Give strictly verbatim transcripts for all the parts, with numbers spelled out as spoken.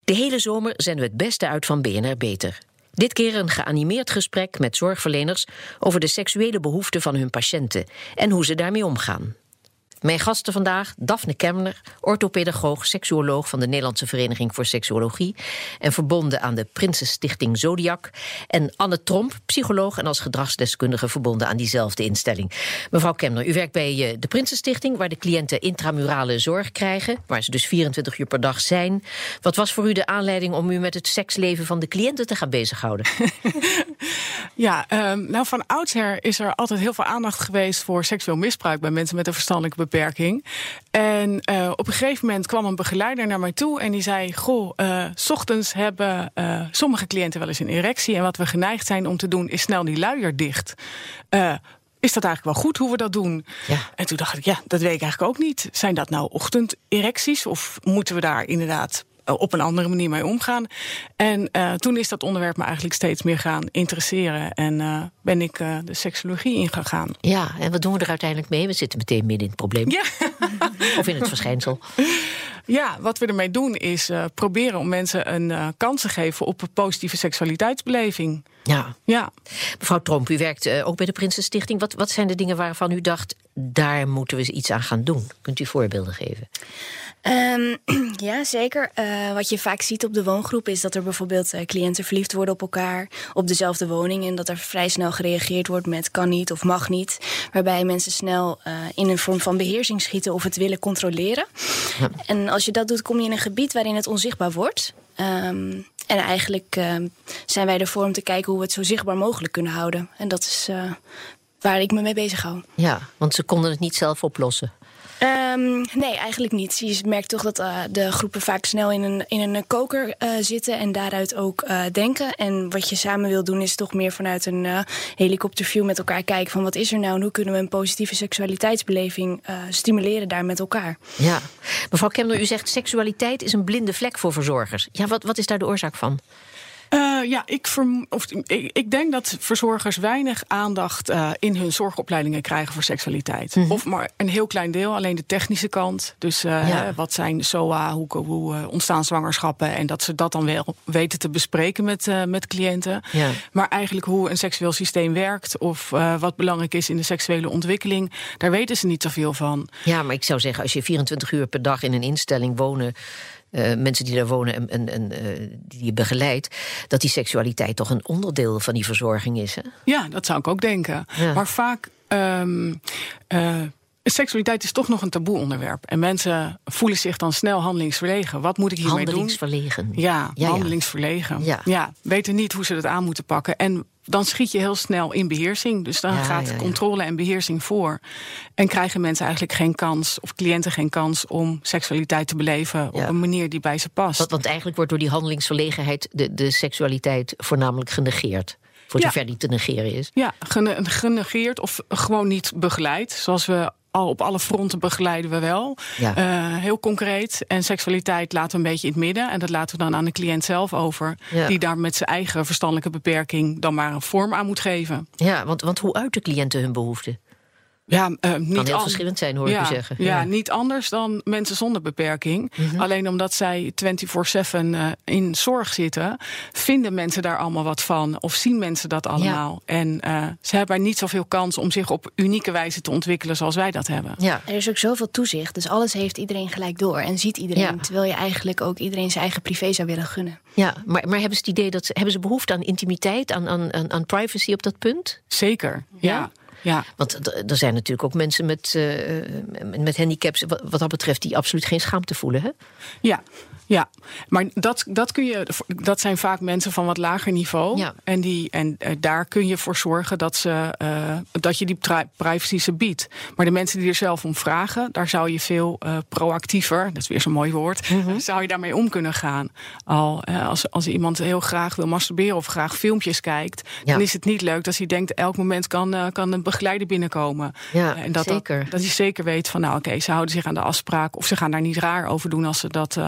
De hele zomer zenden we het beste uit van B N R Beter. Dit keer een geanimeerd gesprek met zorgverleners over de seksuele behoeften van hun patiënten en hoe ze daarmee omgaan. Mijn gasten vandaag, Daphne Kemner, orthopedagoog, seksuoloog van de Nederlandse Vereniging voor Seksuologie en verbonden aan de Prinsenstichting Zodiac, en Anne Tromp, psycholoog en als gedragsdeskundige verbonden aan diezelfde instelling. Mevrouw Kemner, u werkt bij de Prinsenstichting, waar de cliënten intramurale zorg krijgen, waar ze dus vierentwintig uur per dag zijn. Wat was voor u de aanleiding om u met het seksleven van de cliënten te gaan bezighouden? Ja, um, nou van oudsher is er altijd heel veel aandacht geweest voor seksueel misbruik bij mensen met een verstandelijke beperking. En uh, op een gegeven moment kwam een begeleider naar mij toe en die zei, goh, uh, 's ochtends hebben uh, sommige cliënten wel eens een erectie en wat we geneigd zijn om te doen is snel die luier dicht. Uh, Is dat eigenlijk wel goed hoe we dat doen? Ja. En toen dacht ik, ja, dat weet ik eigenlijk ook niet. Zijn dat nou ochtenderecties of moeten we daar inderdaad op een andere manier mee omgaan? En uh, toen is dat onderwerp me eigenlijk steeds meer gaan interesseren. En uh, ben ik uh, de seksologie ingegaan. Ja, en wat doen we er uiteindelijk mee? We zitten meteen midden in het probleem. Ja. Of in het verschijnsel. Ja, wat we ermee doen is uh, proberen om mensen een uh, kans te geven op een positieve seksualiteitsbeleving. Ja. Ja. Mevrouw Tromp, u werkt uh, ook bij de Prinsenstichting. Wat, wat zijn de dingen waarvan u dacht, daar moeten we iets aan gaan doen? Kunt u voorbeelden geven? Um, ja, zeker. Uh, wat je vaak ziet op de woongroep is dat er bijvoorbeeld uh, cliënten verliefd worden op elkaar op dezelfde woning en dat er vrij snel gereageerd wordt met kan niet of mag niet. Waarbij mensen snel uh, in een vorm van beheersing schieten of het willen controleren. Ja. En als je dat doet, kom je in een gebied waarin het onzichtbaar wordt. Um, en eigenlijk uh, zijn wij ervoor om te kijken hoe we het zo zichtbaar mogelijk kunnen houden. En dat is uh, waar ik me mee bezig hou. Ja, want ze konden het niet zelf oplossen. Um, nee, eigenlijk niet. Je merkt toch dat uh, de groepen vaak snel in een, in een koker uh, zitten en daaruit ook uh, denken. En wat je samen wil doen is toch meer vanuit een uh, helikopterview met elkaar kijken van wat is er nou en hoe kunnen we een positieve seksualiteitsbeleving uh, stimuleren daar met elkaar. Ja, mevrouw Kemner, u zegt seksualiteit is een blinde vlek voor verzorgers. Ja, wat, wat is daar de oorzaak van? Uh, ja, ik, verm- of, ik, ik denk dat verzorgers weinig aandacht uh, in hun zorgopleidingen krijgen voor seksualiteit. Mm-hmm. Of maar een heel klein deel, alleen de technische kant. Dus uh, ja. hè, wat zijn S O A, hoe, hoe uh, ontstaan zwangerschappen en dat ze dat dan wel weten te bespreken met, uh, met cliënten. Ja. Maar eigenlijk hoe een seksueel systeem werkt of uh, wat belangrijk is in de seksuele ontwikkeling, daar weten ze niet zoveel van. Ja, maar ik zou zeggen, als je vierentwintig uur per dag in een instelling wonen, Uh, mensen die daar wonen en, en, en uh, die je begeleidt, dat die seksualiteit toch een onderdeel van die verzorging is, hè? Ja, dat zou ik ook denken. Ja. Maar vaak Um, uh, seksualiteit is toch nog een taboe onderwerp. En mensen voelen zich dan snel handelingsverlegen. Wat moet ik hiermee doen? Handelingsverlegen. Ja, ja, handelingsverlegen. Ja. ja, weten niet hoe ze dat aan moeten pakken. En dan schiet je heel snel in beheersing. Dus dan ja, gaat ja, ja. controle en beheersing voor. En krijgen mensen eigenlijk geen kans, of cliënten geen kans, om seksualiteit te beleven ja. op een manier die bij ze past. Want, want eigenlijk wordt door die handelingsverlegenheid de, de seksualiteit voornamelijk genegeerd. Voor zover ja. die te negeren is. Ja, genegeerd of gewoon niet begeleid. Zoals we al op alle fronten begeleiden we wel. Ja. Uh, heel concreet. En seksualiteit laten we een beetje in het midden. En dat laten we dan aan de cliënt zelf over. Ja. Die daar met zijn eigen verstandelijke beperking dan maar een vorm aan moet geven. Ja, want, want hoe uiten cliënten hun behoeften? Ja, uh, niet kan heel an- verschillend zijn, hoor ja, ik u zeggen. Ja, ja, niet anders dan mensen zonder beperking. Mm-hmm. Alleen omdat zij vierentwintig zeven uh, in zorg zitten, vinden mensen daar allemaal wat van. Of zien mensen dat allemaal. Ja. En uh, ze hebben niet zoveel kans om zich op unieke wijze te ontwikkelen zoals wij dat hebben. Ja. Er is ook zoveel toezicht, dus alles heeft iedereen gelijk door. En ziet iedereen, ja. terwijl je eigenlijk ook iedereen zijn eigen privé zou willen gunnen. Ja, maar, maar hebben ze het idee dat ze, hebben ze behoefte aan intimiteit, aan, aan, aan privacy op dat punt? Zeker, ja. ja. Ja. Want d- er zijn natuurlijk ook mensen met, uh, met handicaps, wat, wat dat betreft, die absoluut geen schaamte voelen, hè? Ja, ja. Maar dat, dat, kun je, dat zijn vaak mensen van wat lager niveau. Ja. En, die, en uh, daar kun je voor zorgen dat, ze, uh, dat je die tri- privacy ze biedt. Maar de mensen die er zelf om vragen, daar zou je veel uh, proactiever, dat is weer zo'n mooi woord, mm-hmm. zou je daarmee om kunnen gaan. Al uh, als, als iemand heel graag wil masturberen of graag filmpjes kijkt, ja. dan is het niet leuk dat hij denkt, elk moment kan, uh, kan een begeleider binnenkomen. Ja, en dat, zeker. Dat, dat hij zeker weet van, nou oké, okay, ze houden zich aan de afspraak of ze gaan daar niet raar over doen als, ze dat, uh, als ik op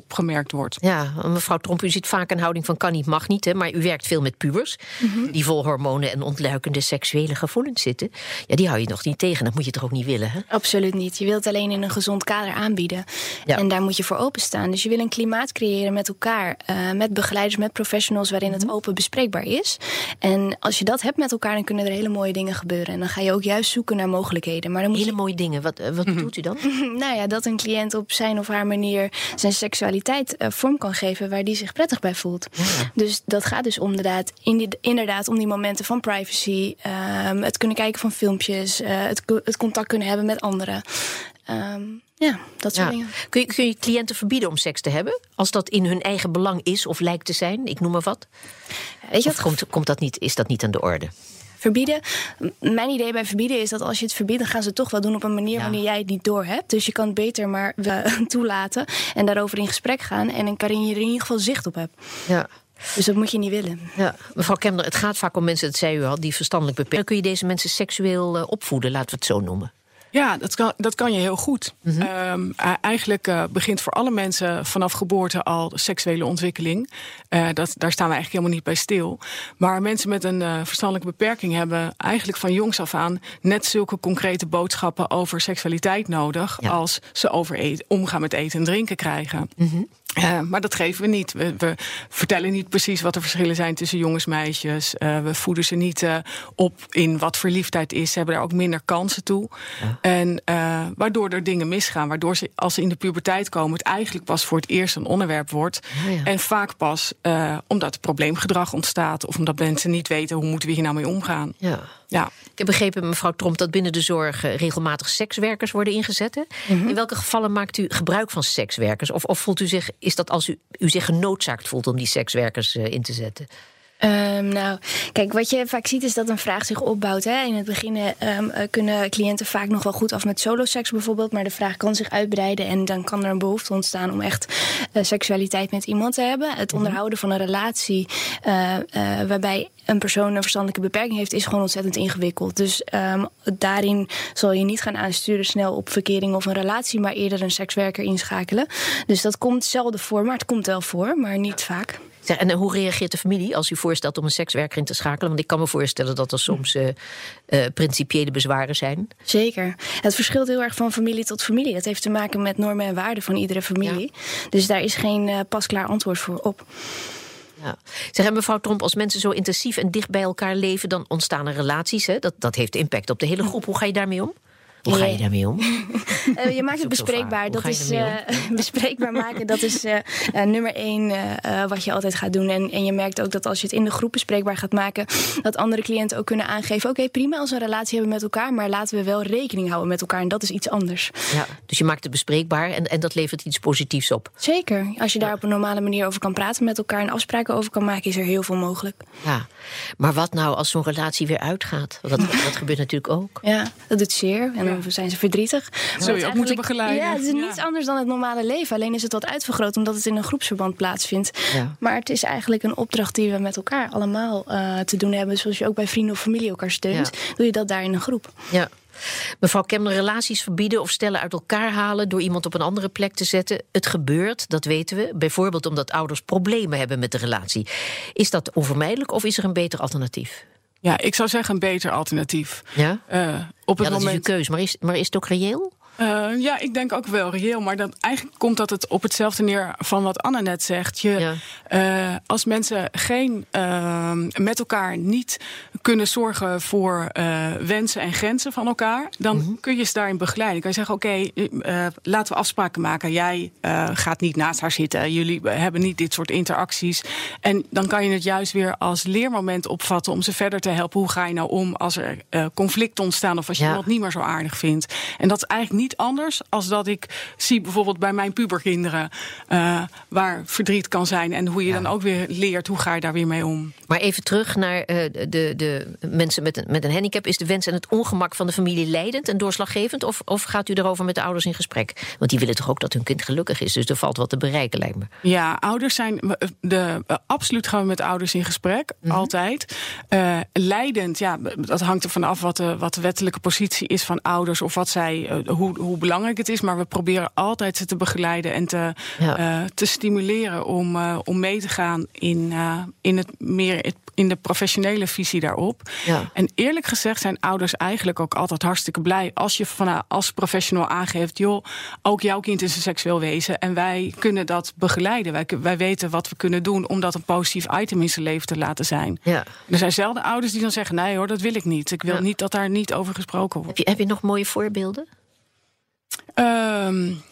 opgemerkt wordt. Ja, mevrouw Tromp, u ziet vaak een houding van kan niet, mag niet. Hè, maar u werkt veel met pubers mm-hmm. die vol hormonen en ontluikende seksuele gevoelens zitten. Ja, die hou je nog niet tegen. Dat moet je toch ook niet willen, hè? Absoluut niet. Je wilt het alleen in een gezond kader aanbieden. Ja. En daar moet je voor openstaan. Dus je wil een klimaat creëren met elkaar. Uh, met begeleiders, met professionals waarin mm-hmm. het open bespreekbaar is. En als je dat hebt met elkaar, dan kunnen er hele mooie dingen gebeuren. En dan ga je ook juist zoeken naar mogelijkheden. Maar dan moet hele je... mooie dingen? Wat, wat mm-hmm. bedoelt u dan? Nou ja, dat een cliënt op zijn of haar manier zijn seksualiteit uh, vorm kan geven waar die zich prettig bij voelt. Ja. Dus dat gaat dus inderdaad, inderdaad om die momenten van privacy, um, het kunnen kijken van filmpjes, uh, het, het contact kunnen hebben met anderen. Um, ja, dat soort ja. dingen. Kun je, kun je cliënten verbieden om seks te hebben? Als dat in hun eigen belang is of lijkt te zijn? Ik noem maar wat. Weet je of wat? Komt, komt dat niet, is dat niet aan de orde? Verbieden. Mijn idee bij verbieden is dat als je het verbiedt, dan gaan ze het toch wel doen op een manier ja. wanneer jij het niet doorhebt. Dus je kan het beter maar uh, toelaten en daarover in gesprek gaan en waarin je er in ieder geval zicht op hebt. Ja. Dus dat moet je niet willen. Ja, mevrouw Kemner, het gaat vaak om mensen, dat zei u al, die verstandelijk beperkt. Kun je deze mensen seksueel uh, opvoeden, laten we het zo noemen? Ja, dat kan, dat kan je heel goed. Mm-hmm. Um, uh, eigenlijk uh, begint voor alle mensen vanaf geboorte al seksuele ontwikkeling. Uh, dat, daar staan we eigenlijk helemaal niet bij stil. Maar mensen met een uh, verstandelijke beperking hebben eigenlijk van jongs af aan net zulke concrete boodschappen over seksualiteit nodig ja. als ze over eten, omgaan met eten en drinken krijgen. Mm-hmm. Uh, maar dat geven we niet. We, we vertellen niet precies wat de verschillen zijn tussen jongens en meisjes. Uh, we voeden ze niet uh, op in wat verliefdheid is. Ze hebben daar ook minder kansen toe. Ja. En uh, waardoor er dingen misgaan. Waardoor ze, als ze in de puberteit komen, het eigenlijk pas voor het eerst een onderwerp wordt. Ja, ja. En vaak pas uh, omdat er probleemgedrag ontstaat. Of omdat mensen niet weten hoe moeten we hier nou mee omgaan. Ja. Ja. Ik heb begrepen, mevrouw Tromp, dat binnen de zorg regelmatig sekswerkers worden ingezet. Hè? Mm-hmm. In welke gevallen maakt u gebruik van sekswerkers? Of, of voelt u zich, is dat als u, u zich genoodzaakt voelt om die sekswerkers uh, in te zetten? Um, nou, kijk, wat je vaak ziet is dat een vraag zich opbouwt. Hè. In het begin um, kunnen cliënten vaak nog wel goed af met soloseks bijvoorbeeld, maar de vraag kan zich uitbreiden en dan kan er een behoefte ontstaan om echt uh, seksualiteit met iemand te hebben. Het onderhouden van een relatie uh, uh, waarbij een persoon een verstandelijke beperking heeft, is gewoon ontzettend ingewikkeld. Dus um, daarin zal je niet gaan aansturen snel op verkering of een relatie, maar eerder een sekswerker inschakelen. Dus dat komt zelden voor, maar het komt wel voor, maar niet vaak. Zeg, en hoe reageert de familie als u voorstelt om een sekswerker in te schakelen? Want ik kan me voorstellen dat er soms uh, uh, principiële bezwaren zijn. Zeker. Het verschilt heel erg van familie tot familie. Dat heeft te maken met normen en waarden van iedere familie. Ja. Dus daar is geen uh, pasklaar antwoord voor op. Ja. Zeg, en mevrouw Tromp, als mensen zo intensief en dicht bij elkaar leven, dan ontstaan er relaties. Hè? Dat, dat heeft impact op de hele groep. Hoe ga je daarmee om? Hoe ga je daarmee om? Uh, je maakt het bespreekbaar. Dat is uh, bespreekbaar maken. Dat is uh, uh, nummer één uh, uh, wat je altijd gaat doen. En, en je merkt ook dat als je het in de groep bespreekbaar gaat maken, dat andere cliënten ook kunnen aangeven, oké, okay, prima als we een relatie hebben met elkaar, maar laten we wel rekening houden met elkaar. En dat is iets anders. Ja, dus je maakt het bespreekbaar en, en dat levert iets positiefs op. Zeker. Als je daar op een normale manier over kan praten met elkaar en afspraken over kan maken, is er heel veel mogelijk. Ja, maar wat nou als zo'n relatie weer uitgaat? Dat, dat gebeurt natuurlijk ook. Ja, dat doet zeer. En dan zijn ze verdrietig. Zul je ook moeten begeleiden. Ja, het is ja. niets anders dan het normale leven. Alleen is het wat uitvergroot omdat het in een groepsverband plaatsvindt. Ja. Maar het is eigenlijk een opdracht die we met elkaar allemaal uh, te doen hebben. Zoals je ook bij vrienden of familie elkaar steunt, ja. doe je dat daar in een groep. Ja. Mevrouw Kemner, relaties verbieden of stellen uit elkaar halen door iemand op een andere plek te zetten. Het gebeurt, dat weten we. Bijvoorbeeld omdat ouders problemen hebben met de relatie. Is dat onvermijdelijk of is er een beter alternatief? Ja, ik zou zeggen een beter alternatief. Ja, uh, op het ja dat moment... is uw keus, maar is, maar is het ook reëel? Uh, ja, ik denk ook wel reëel. Maar dat, eigenlijk komt dat het op hetzelfde neer van wat Anne net zegt. Je, ja. uh, als mensen geen, uh, met elkaar niet kunnen zorgen voor uh, wensen en grenzen van elkaar, dan mm-hmm. kun je ze daarin begeleiden. Kan je zeggen, oké, okay, uh, laten we afspraken maken. Jij uh, gaat niet naast haar zitten. Jullie hebben niet dit soort interacties. En dan kan je het juist weer als leermoment opvatten om ze verder te helpen. Hoe ga je nou om als er uh, conflicten ontstaan of als je ja. iemand niet meer zo aardig vindt. En dat is eigenlijk niet anders als dat ik zie bijvoorbeeld bij mijn puberkinderen uh, waar verdriet kan zijn en hoe je ja. dan ook weer leert hoe ga je daar weer mee om. Maar even terug naar uh, de, de mensen met een, met een handicap. Is de wens en het ongemak van de familie leidend en doorslaggevend of, of gaat u erover met de ouders in gesprek? Want die willen toch ook dat hun kind gelukkig is, dus er valt wat te bereiken, lijkt me. Ja, ouders zijn de, uh, absoluut gaan we met ouders in gesprek, mm-hmm. altijd. Uh, leidend, ja, dat hangt er vanaf wat de, wat de wettelijke positie is van ouders of wat zij, uh, hoe hoe, hoe belangrijk het is, maar we proberen altijd ze te begeleiden en te, ja. uh, te stimuleren om, uh, om mee te gaan in, uh, in, het meer, het, in de professionele visie daarop. Ja. En eerlijk gezegd zijn ouders eigenlijk ook altijd hartstikke blij als je van, als professional aangeeft, joh, ook jouw kind is een seksueel wezen en wij kunnen dat begeleiden. Wij, wij weten wat we kunnen doen om dat een positief item in zijn leven te laten zijn. Ja. Er zijn zelden ouders die dan zeggen, nee hoor, dat wil ik niet. Ik wil ja. niet dat daar niet over gesproken wordt. Heb je, heb je nog mooie voorbeelden? Um,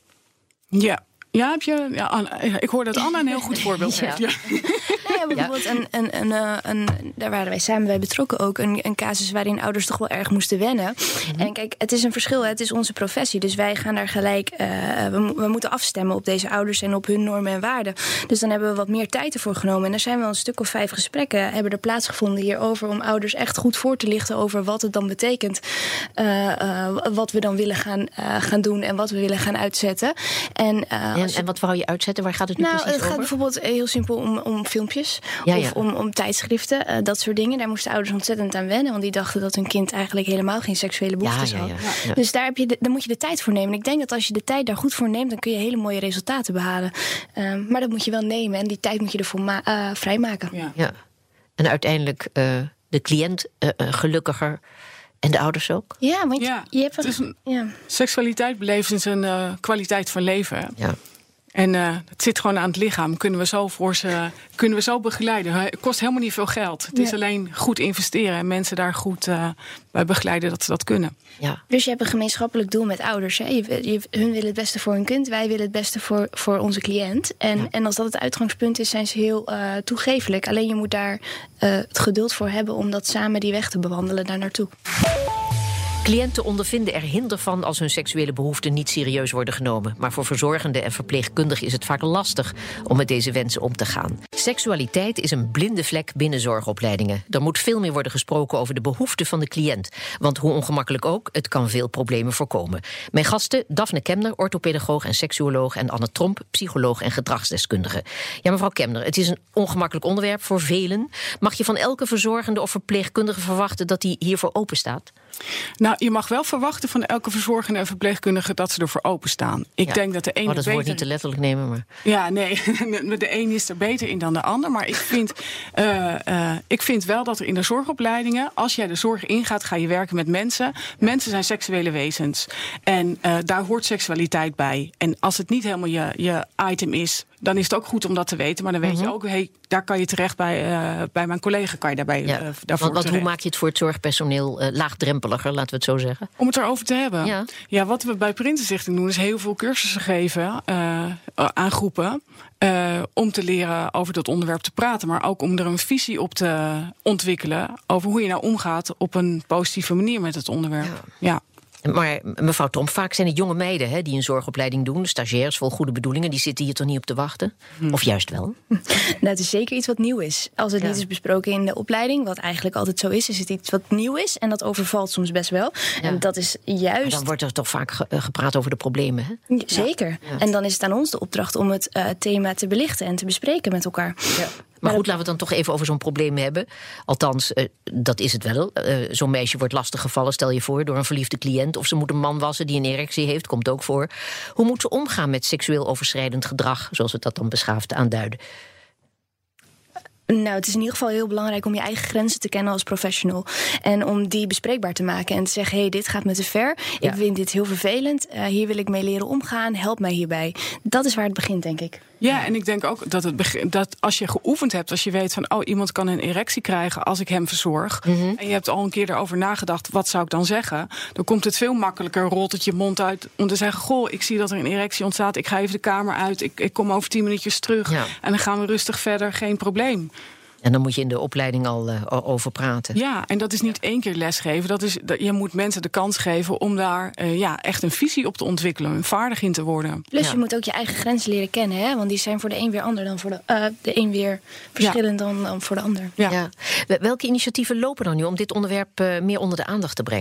ja. Ja, heb je, ja, Anna, ik hoor dat Anna een heel goed voorbeeld ja. heeft. Ja. Nou ja, bijvoorbeeld ja. een, een, een, een, een, daar waren wij samen bij betrokken ook. Een, een casus waarin ouders toch wel erg moesten wennen. Mm-hmm. En kijk, het is een verschil, het is onze professie. Dus wij gaan daar gelijk, uh, we, we moeten afstemmen op deze ouders en op hun normen en waarden. Dus dan hebben we wat meer tijd ervoor genomen. En er zijn wel een stuk of vijf gesprekken hebben er plaatsgevonden hierover, om ouders echt goed voor te lichten over wat het dan betekent. Uh, uh, wat we dan willen gaan, uh, gaan doen en wat we willen gaan uitzetten. En, uh, En, en wat wou je uitzetten? Waar gaat het nu nou, precies over? Het gaat bijvoorbeeld heel simpel om, om filmpjes. Ja, ja. Of om, om tijdschriften. Uh, dat soort dingen. Daar moesten ouders ontzettend aan wennen. Want die dachten dat hun kind eigenlijk helemaal geen seksuele behoeftes ja, ja, ja. had. Ja. Dus daar, heb je de, daar moet je de tijd voor nemen. En ik denk dat als je de tijd daar goed voor neemt, dan kun je hele mooie resultaten behalen. Uh, maar dat moet je wel nemen. En die tijd moet je ervoor ma- uh, vrijmaken. Ja. Ja. En uiteindelijk uh, de cliënt uh, uh, gelukkiger. En de ouders ook? Ja, want ja, je hebt... Het is een, ja. Seksualiteit beleven is een uh, kwaliteit van leven. Ja. En uh, het zit gewoon aan het lichaam. Kunnen we zo voor ze, kunnen we zo begeleiden. Het kost helemaal niet veel geld. Het is ja. alleen goed investeren en mensen daar goed uh, bij begeleiden dat ze dat kunnen. Ja. Dus je hebt een gemeenschappelijk doel met ouders. Hè? Je, je, hun willen het beste voor hun kind. Wij willen het beste voor, voor onze cliënt. En, ja. en als dat het uitgangspunt is, zijn ze heel uh, toegefelijk. Alleen je moet daar uh, het geduld voor hebben om dat samen die weg te bewandelen daar naartoe. Cliënten ondervinden er hinder van als hun seksuele behoeften niet serieus worden genomen. Maar voor verzorgenden en verpleegkundigen is het vaak lastig om met deze wensen om te gaan. Seksualiteit is een blinde vlek binnen zorgopleidingen. Er moet veel meer worden gesproken over de behoeften van de cliënt. Want hoe ongemakkelijk ook, het kan veel problemen voorkomen. Mijn gasten, Daphne Kemner, orthopedagoog en seksuoloog, en Anne Tromp, psycholoog en gedragsdeskundige. Ja, mevrouw Kemner, het is een ongemakkelijk onderwerp voor velen. Mag je van elke verzorgende of verpleegkundige verwachten dat die hiervoor open staat? Nou, je mag wel verwachten van elke verzorgende en verpleegkundige dat ze ervoor openstaan. Ik ja. denk dat de ene oh, dat beter... woord niet te letterlijk nemen, maar... Ja, nee, de een is er beter in dan de ander. Maar ik vind, uh, uh, ik vind wel dat er in de zorgopleidingen, als jij de zorg ingaat, ga je werken met mensen. Mensen zijn seksuele wezens. En uh, daar hoort seksualiteit bij. En als het niet helemaal je, je item is, dan is het ook goed om dat te weten. Maar dan weet mm-hmm. je ook, hey, daar kan je terecht bij, uh, bij mijn collega. Kan je daarbij, ja. uh, daarvoor want, want hoe maak je het voor het zorgpersoneel uh, laagdrempeliger, laten we het zo zeggen? Om het erover te hebben. Ja, ja wat we bij Prinsenstichting doen, is heel veel cursussen geven uh, aan groepen. Uh, om te leren over dat onderwerp te praten. Maar ook om er een visie op te ontwikkelen over hoe je nou omgaat op een positieve manier met het onderwerp. Ja. ja. Maar mevrouw Tromp, vaak zijn het jonge meiden hè, die een zorgopleiding doen, stagiairs vol goede bedoelingen, die zitten hier toch niet op te wachten? Hmm. Of juist wel? Nou, het is zeker iets wat nieuw is. Als het ja. niet is besproken in de opleiding, wat eigenlijk altijd zo is, is het iets wat nieuw is en dat overvalt soms best wel. Ja. En dat is juist... Maar dan wordt er toch vaak ge- gepraat over de problemen, hè? Zeker. Ja. En dan is het aan ons de opdracht om het uh, thema te belichten en te bespreken met elkaar. Ja. Maar goed, laten we het dan toch even over zo'n probleem hebben. Althans, uh, dat is het wel. Uh, zo'n meisje wordt lastig gevallen, stel je voor, door een verliefde cliënt. Of ze moet een man wassen die een erectie heeft, komt ook voor. Hoe moet ze omgaan met seksueel overschrijdend gedrag, zoals we dat dan beschaafd aanduiden? Nou, het is in ieder geval heel belangrijk om je eigen grenzen te kennen als professional. En om die bespreekbaar te maken en te zeggen, hé, hey, dit gaat me te ver. Ja. Ik vind dit heel vervelend. Uh, hier wil ik mee leren omgaan. Help mij hierbij. Dat is waar het begint, denk ik. Ja, en ik denk ook dat, het begin, dat als je geoefend hebt, als je weet van, oh, iemand kan een erectie krijgen als ik hem verzorg. Mm-hmm. En je hebt al een keer erover nagedacht, wat zou ik dan zeggen? Dan komt het veel makkelijker, rolt het je mond uit om te zeggen, goh, ik zie dat er een erectie ontstaat. Ik ga even de kamer uit. Ik, ik kom over tien minuutjes terug. Ja. En dan gaan we rustig verder. Geen probleem. En dan moet je in de opleiding al uh, over praten. Ja, en dat is niet één keer lesgeven. Dat is, dat, je moet mensen de kans geven om daar uh, ja, echt een visie op te ontwikkelen. En vaardig in te worden. Plus ja. je moet ook je eigen grenzen leren kennen. Hè? Want die zijn voor de een weer ander dan voor de, uh, de een weer verschillend ja. dan, dan voor de ander. Ja. Ja. Welke initiatieven lopen dan nu om dit onderwerp uh, meer onder de aandacht te brengen?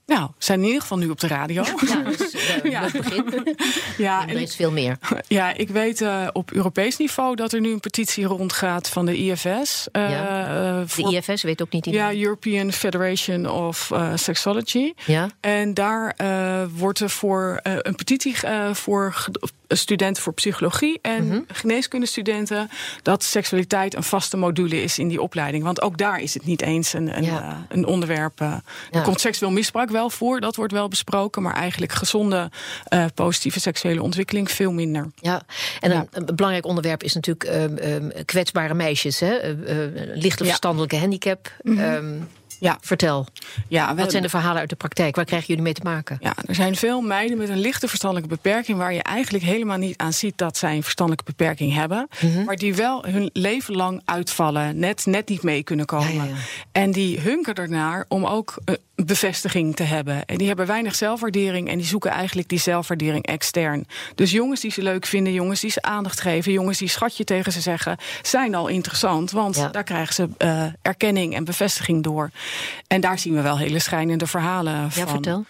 Nou, we zijn in ieder geval nu op de radio. Ja, dat is uh, ja. het begin. Ja, en er is veel meer. Ja, ik weet uh, op Europees niveau dat er nu een petitie rondgaat van de I F S. Uh, ja. De voor, I F S weet ook niet in. Ja, European Federation of uh, Sexology. Ja. En daar uh, wordt er voor uh, een petitie uh, voor studenten voor psychologie en mm-hmm. geneeskundestudenten dat seksualiteit een vaste module is in die opleiding. Want ook daar is het niet eens een, een, ja. uh, een onderwerp. Uh, ja. Er komt seksueel misbruik wel voor, dat wordt wel besproken, maar eigenlijk gezonde, uh, positieve seksuele ontwikkeling veel minder. Ja, en ja. Een, een belangrijk onderwerp is natuurlijk um, um, kwetsbare meisjes, hè? Uh, uh, lichte ja. verstandelijke handicap. Mm-hmm. Um, Ja. Vertel. Ja, Wat zijn de verhalen uit de praktijk? Waar krijgen jullie mee te maken? Ja, er zijn veel meiden met een lichte verstandelijke beperking waar je eigenlijk helemaal niet aan ziet dat zij een verstandelijke beperking hebben. Mm-hmm. Maar die wel hun leven lang uitvallen. Net, net niet mee kunnen komen. Ja, ja, ja. En die hunkeren ernaar om ook uh, bevestiging te hebben. En die hebben weinig zelfwaardering en die zoeken eigenlijk die zelfwaardering extern. Dus jongens die ze leuk vinden, jongens die ze aandacht geven, jongens die schatje tegen ze zeggen, zijn al interessant. Want ja. daar krijgen ze uh, erkenning en bevestiging door. En daar zien we wel hele schrijnende verhalen van. Ja, vertel.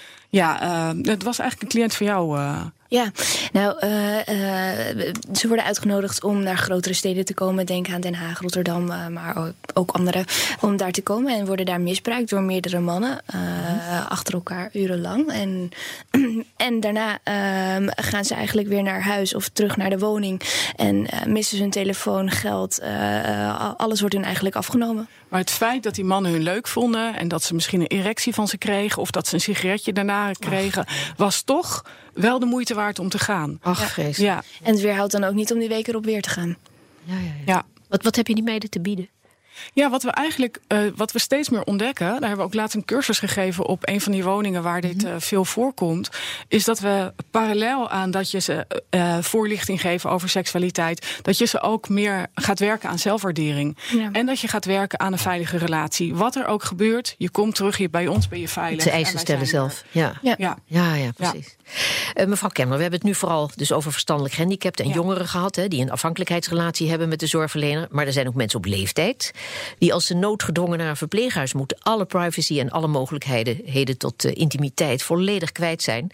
Ja, uh, het was eigenlijk een cliënt van jou. Uh, Ja, nou, uh, uh, ze worden uitgenodigd om naar grotere steden te komen. Denk aan Den Haag, Rotterdam, uh, maar ook andere. Om daar te komen en worden daar misbruikt door meerdere mannen. Uh, mm. Achter elkaar, urenlang. En, en daarna uh, gaan ze eigenlijk weer naar huis of terug naar de woning. En uh, missen ze hun telefoon, geld. Uh, alles wordt hun eigenlijk afgenomen. Maar het feit dat die mannen hun leuk vonden en dat ze misschien een erectie van ze kregen of dat ze een sigaretje daarna kregen, Ach. was toch wel de moeite waard om te gaan. Ach, ja. ja. En het weerhoudt dan ook niet om die week erop weer te gaan. Ja, ja, ja. ja. Wat, wat heb je die meiden te bieden? Ja, wat we eigenlijk, uh, wat we steeds meer ontdekken, daar hebben we ook laatst een cursus gegeven op een van die woningen waar dit uh, veel voorkomt, is dat we parallel aan dat je ze uh, voorlichting geven over seksualiteit, dat je ze ook meer gaat werken aan zelfwaardering. Ja. En dat je gaat werken aan een veilige relatie. Wat er ook gebeurt, je komt terug, je, bij ons ben je veilig. Ze eisen stellen zelf. Ja. Ja. Ja. Ja, ja, precies. Ja. Uh, mevrouw Kemmer, we hebben het nu vooral dus over verstandelijk gehandicapten en ja. jongeren gehad, hè, die een afhankelijkheidsrelatie hebben met de zorgverlener. Maar er zijn ook mensen op leeftijd die als ze noodgedwongen naar een verpleeghuis moeten alle privacy en alle mogelijkheden tot uh, intimiteit volledig kwijt zijn.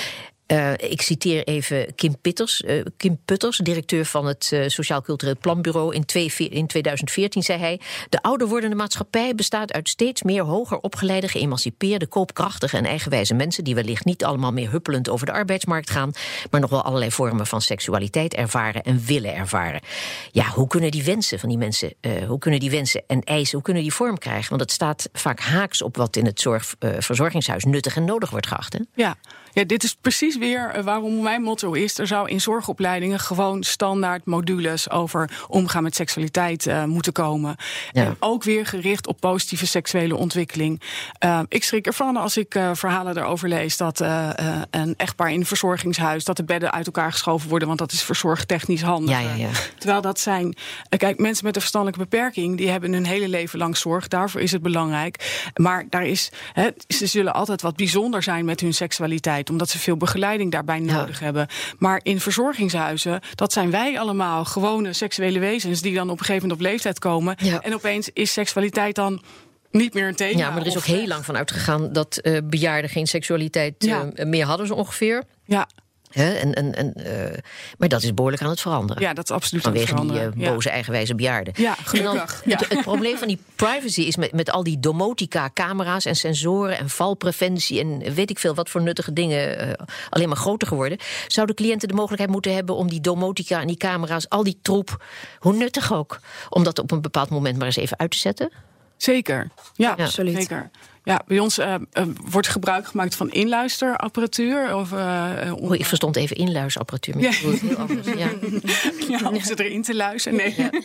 Uh, ik citeer even Kim Pitters, uh, Kim Putters, directeur van het uh, Sociaal Cultureel Planbureau. In, twee, in tweeduizend veertien zei hij: de ouder wordende maatschappij bestaat uit steeds meer hoger opgeleide, geëmancipeerde, koopkrachtige en eigenwijze mensen die wellicht niet allemaal meer huppelend over de arbeidsmarkt gaan, maar nog wel allerlei vormen van seksualiteit ervaren en willen ervaren. Ja, hoe kunnen die wensen van die mensen, uh, hoe kunnen die wensen en eisen, hoe kunnen die vorm krijgen? Want het staat vaak haaks op wat in het zorg, uh, verzorgingshuis nuttig en nodig wordt geacht. Hè? Ja. Ja, dit is precies weer waarom mijn motto is: er zou in zorgopleidingen gewoon standaard modules over omgaan met seksualiteit uh, moeten komen. Ja. En ook weer gericht op positieve seksuele ontwikkeling. Uh, ik schrik ervan als ik uh, verhalen erover lees dat uh, uh, een echtpaar in een verzorgingshuis, dat de bedden uit elkaar geschoven worden, want dat is verzorgtechnisch handig. Ja, ja, ja. Terwijl dat zijn, uh, kijk, mensen met een verstandelijke beperking, die hebben hun hele leven lang zorg. Daarvoor is het belangrijk. Maar daar is, he, ze zullen altijd wat bijzonder zijn met hun seksualiteit, omdat ze veel begeleiding daarbij nodig ja. hebben. Maar in verzorgingshuizen, dat zijn wij allemaal gewone seksuele wezens die dan op een gegeven moment op leeftijd komen. Ja. En opeens is seksualiteit dan niet meer een thema. Ja, maar er is ook heel lang van uitgegaan dat uh, bejaarden geen seksualiteit ja. uh, meer hadden, zo ongeveer. Ja. He, en, en, en, uh, maar dat is behoorlijk aan het veranderen. Ja, dat is absoluut aan het veranderen. Vanwege die uh, boze, ja. eigenwijze bejaarden. Ja, gelukkig. Dan, ja. Het, het probleem van die privacy is met, met al die domotica-camera's en sensoren en valpreventie en weet ik veel wat voor nuttige dingen uh, alleen maar groter geworden. Zouden cliënten de mogelijkheid moeten hebben om die domotica en die camera's, al die troep, hoe nuttig ook, om dat op een bepaald moment maar eens even uit te zetten? Zeker, ja, ja. absoluut. Zeker. Ja, bij ons uh, uh, wordt gebruik gemaakt van inluisterapparatuur. Of, uh, om... Ik verstond even inluisterapparatuur. Maar ja. Heel anders. Ja. Ja, om ze erin te luisteren. Nee. Ja.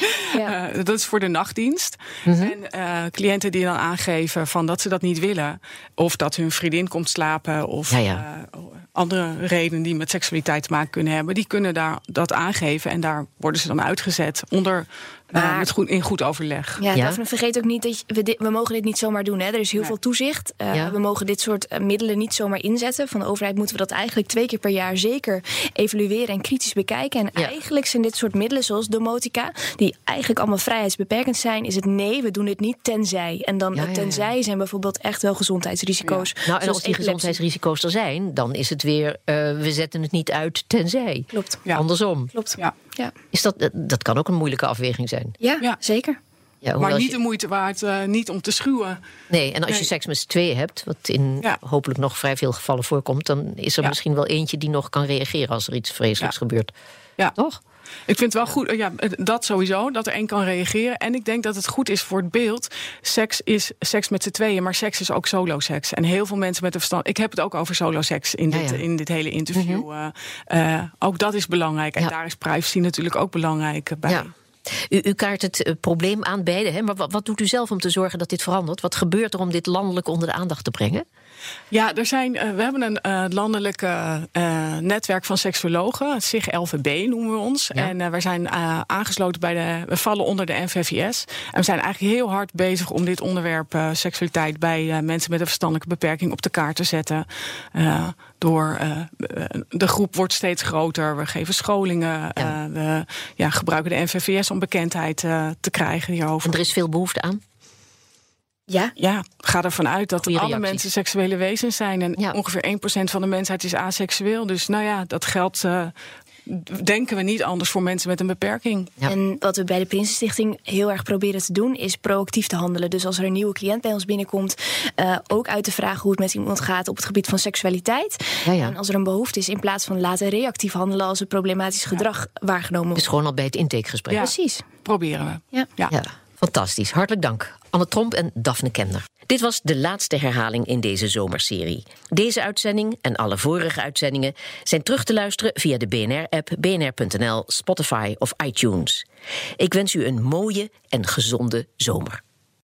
Ja. Uh, dat is voor de nachtdienst. Mm-hmm. En uh, cliënten die dan aangeven van dat ze dat niet willen, of dat hun vriendin komt slapen, of ja, ja. Uh, andere redenen die met seksualiteit te maken kunnen hebben, die kunnen daar dat aangeven en daar worden ze dan uitgezet onder Uh, met goed, in goed overleg. Ja, Ja. Daphne, vergeet ook niet dat je, we, dit, we mogen dit niet zomaar doen. Hè. Er is heel Nee. veel toezicht. Uh, Ja. We mogen dit soort uh, middelen niet zomaar inzetten. Van de overheid moeten we dat eigenlijk twee keer per jaar zeker evalueren en kritisch bekijken. En Ja. eigenlijk zijn dit soort middelen zoals domotica, die eigenlijk allemaal vrijheidsbeperkend zijn, is het nee, we doen dit niet tenzij. En dan Ja, ja, het ja. tenzij zijn bijvoorbeeld echt wel gezondheidsrisico's. Nou, en zoals als die epilepsie. gezondheidsrisico's er zijn, dan is het weer, uh, we zetten het niet uit tenzij. Klopt. Ja. Andersom. Klopt. Ja. Ja. Is dat, dat kan ook een moeilijke afweging zijn. Ja, Ja. zeker. Ja, hoewel Maar niet je- de moeite waard, uh, niet om te schuwen. Nee, en als je Nee. seks met z'n tweeën hebt, wat in Ja. hopelijk nog vrij veel gevallen voorkomt, dan is er Ja. misschien wel eentje die nog kan reageren als er iets vreselijks Ja. gebeurt. Ja. Toch? Ik vind het wel goed, ja, dat sowieso, dat er één kan reageren. En ik denk dat het goed is voor het beeld. Seks is seks met z'n tweeën, maar seks is ook solo-seks. En heel veel mensen met een verstand... Ik heb het ook over solo-seks in, Ja, dit, ja. in dit hele interview. Mm-hmm. uh, uh, ook dat is belangrijk. En Ja. daar is privacy natuurlijk ook belangrijk bij. Ja. U, u kaart het uh, probleem aan beide, hè? Maar wat, wat doet u zelf om te zorgen dat dit verandert? Wat gebeurt er om dit landelijk onder de aandacht te brengen? Ja, er zijn, uh, we hebben een uh, landelijk uh, uh, netwerk van seksuologen. S I G L V B noemen we ons. Ja. En uh, wij zijn uh, aangesloten bij de... We vallen onder de N V V S. En we zijn eigenlijk heel hard bezig om dit onderwerp uh, seksualiteit bij uh, mensen met een verstandelijke beperking op de kaart te zetten. Uh, door uh, de groep wordt steeds groter. We geven scholingen. Ja. Uh, we ja, gebruiken de N V V S om bekendheid uh, te krijgen hierover. En er is veel behoefte aan. Ja. Ja, ga ervan uit dat Goeie alle reacties. mensen seksuele wezens zijn. En Ja. ongeveer één procent van de mensheid is aseksueel. Dus nou ja, dat geldt, uh, denken we niet anders voor mensen met een beperking. Ja. En wat we bij de Prinsenstichting heel erg proberen te doen, is proactief te handelen. Dus als er een nieuwe cliënt bij ons binnenkomt, uh, ook uit te vragen hoe het met iemand gaat op het gebied van seksualiteit. Ja, ja. En als er een behoefte is, in plaats van laten reactief handelen als er problematisch gedrag waargenomen wordt. Dus gewoon al bij het intakegesprek. Ja. Precies. Proberen we. Ja. Ja. Ja, fantastisch. Hartelijk dank. Anne Tromp en Daphne Kender. Dit was de laatste herhaling in deze zomerserie. Deze uitzending en alle vorige uitzendingen zijn terug te luisteren via de B N R-app, B N R punt N L, Spotify of iTunes. Ik wens u een mooie en gezonde zomer.